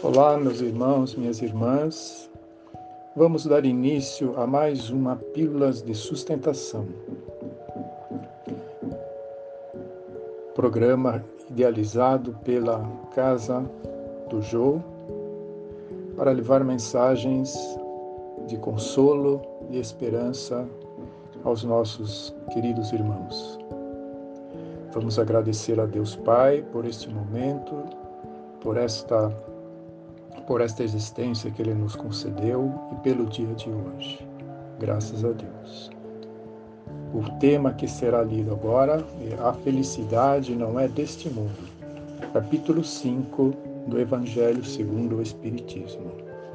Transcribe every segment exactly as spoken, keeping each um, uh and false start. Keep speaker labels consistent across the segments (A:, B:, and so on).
A: Olá, meus irmãos, minhas irmãs. Vamos dar início a mais uma Pílulas de Sustentação. Programa idealizado pela Casa do Jô para levar mensagens de consolo e esperança aos nossos queridos irmãos. Vamos agradecer a Deus Pai por este momento, por esta por esta existência que Ele nos concedeu e pelo dia de hoje. Graças a Deus. O tema que será lido agora é A Felicidade Não É Deste Mundo, capítulo cinco do Evangelho segundo o Espiritismo.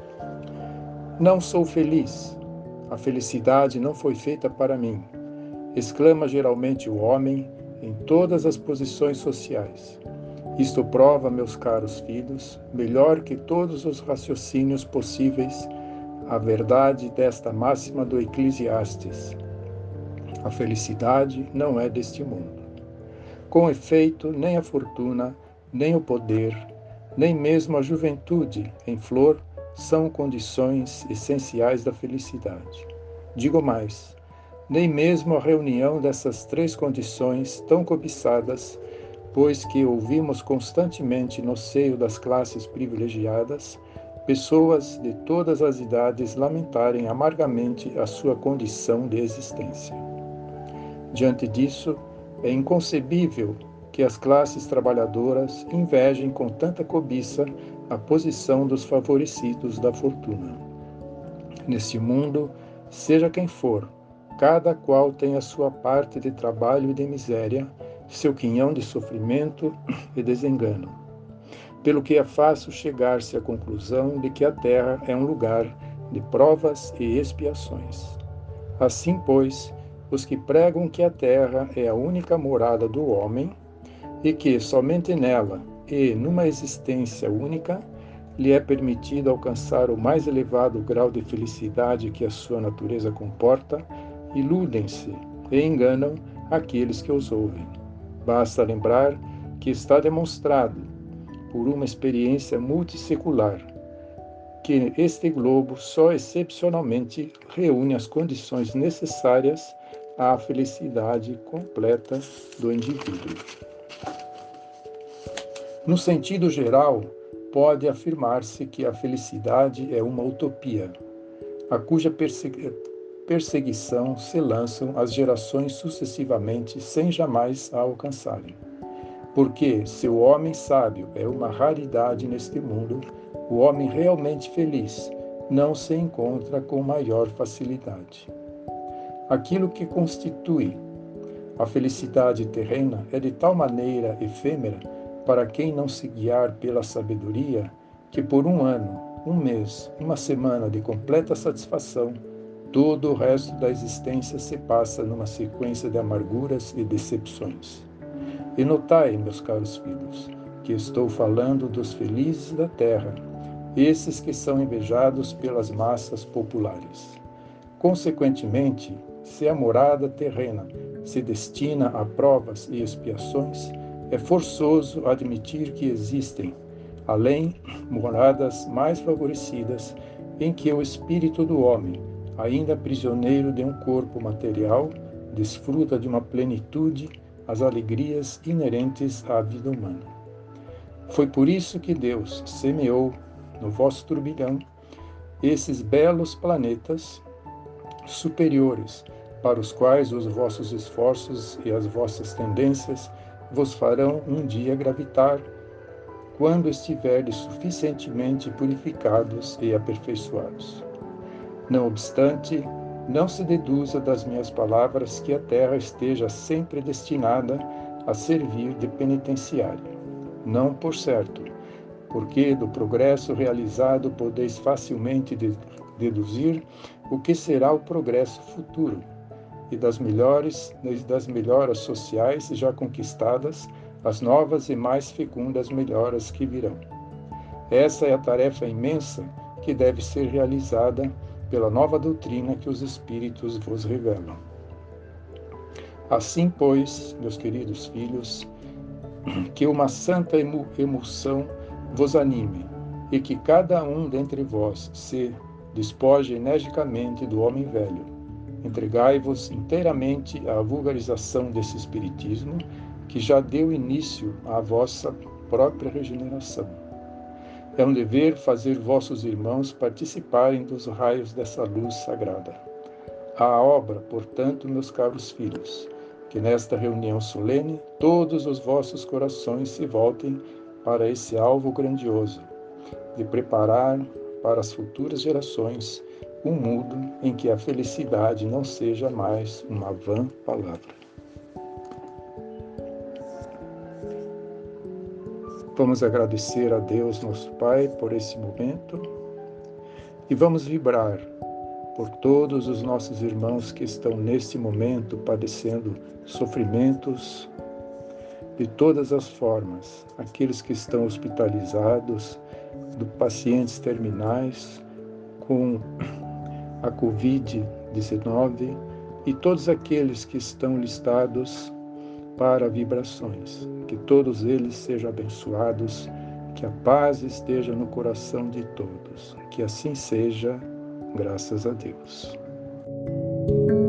A: Não sou feliz, a felicidade não foi feita para mim, exclama geralmente o homem em todas as posições sociais. Isto prova, meus caros filhos, melhor que todos os raciocínios possíveis, a verdade desta máxima do Eclesiastes. A felicidade não é deste mundo. Com efeito, nem a fortuna, nem o poder, nem mesmo a juventude em flor são condições essenciais da felicidade. Digo mais, nem mesmo a reunião dessas três condições tão cobiçadas, pois que ouvimos constantemente no seio das classes privilegiadas, pessoas de todas as idades lamentarem amargamente a sua condição de existência. Diante disso, é inconcebível que as classes trabalhadoras invejem com tanta cobiça a posição dos favorecidos da fortuna. Neste mundo, seja quem for, cada qual tem a sua parte de trabalho e de miséria, seu quinhão de sofrimento e desengano. Pelo que é fácil chegar-se à conclusão de que a terra é um lugar de provas e expiações. Assim, pois, os que pregam que a terra é a única morada do homem e que somente nela e numa existência única lhe é permitido alcançar o mais elevado grau de felicidade que a sua natureza comporta, iludem-se e enganam aqueles que os ouvem. Basta lembrar que está demonstrado, por uma experiência multissecular, que este globo só excepcionalmente reúne as condições necessárias à felicidade completa do indivíduo. No sentido geral, pode afirmar-se que a felicidade é uma utopia, a cuja perseguição perseguição se lançam as gerações sucessivamente sem jamais a alcançarem. Porque, se o homem sábio é uma raridade neste mundo, o homem realmente feliz não se encontra com maior facilidade. Aquilo que constitui a felicidade terrena é de tal maneira efêmera para quem não se guiar pela sabedoria, que por um ano, um mês, uma semana de completa satisfação, todo o resto da existência se passa numa sequência de amarguras e decepções. E notai, meus caros filhos, que estou falando dos felizes da terra, esses que são invejados pelas massas populares. Consequentemente, se a morada terrena se destina a provas e expiações, é forçoso admitir que existem, além, moradas mais favorecidas em que o espírito do homem, ainda prisioneiro de um corpo material, desfruta de uma plenitude, as alegrias inerentes à vida humana. Foi por isso que Deus semeou, no vosso turbilhão, esses belos planetas superiores, para os quais os vossos esforços e as vossas tendências vos farão um dia gravitar, quando estiverdes suficientemente purificados e aperfeiçoados. Não obstante, não se deduza das minhas palavras que a terra esteja sempre destinada a servir de penitenciária. Não por certo, porque do progresso realizado podeis facilmente deduzir o que será o progresso futuro, e das melhores e das melhoras sociais já conquistadas, as novas e mais fecundas melhoras que virão. Essa é a tarefa imensa que deve ser realizada pela nova doutrina que os Espíritos vos revelam. Assim, pois, meus queridos filhos, que uma santa emoção vos anime, e que cada um dentre vós se despoje energicamente do homem velho. Entregai-vos inteiramente à vulgarização desse espiritismo, que já deu início à vossa própria regeneração. É um dever fazer vossos irmãos participarem dos raios dessa luz sagrada. À obra, portanto, meus caros filhos, que nesta reunião solene todos os vossos corações se voltem para esse alvo grandioso, de preparar para as futuras gerações um mundo em que a felicidade não seja mais uma vã palavra. Vamos agradecer a Deus, nosso Pai, por esse momento e vamos vibrar por todos os nossos irmãos que estão neste momento padecendo sofrimentos de todas as formas, aqueles que estão hospitalizados, do pacientes terminais com a covid dezenove e todos aqueles que estão listados para vibrações. Que todos eles sejam abençoados, que a paz esteja no coração de todos. Que assim seja, graças a Deus.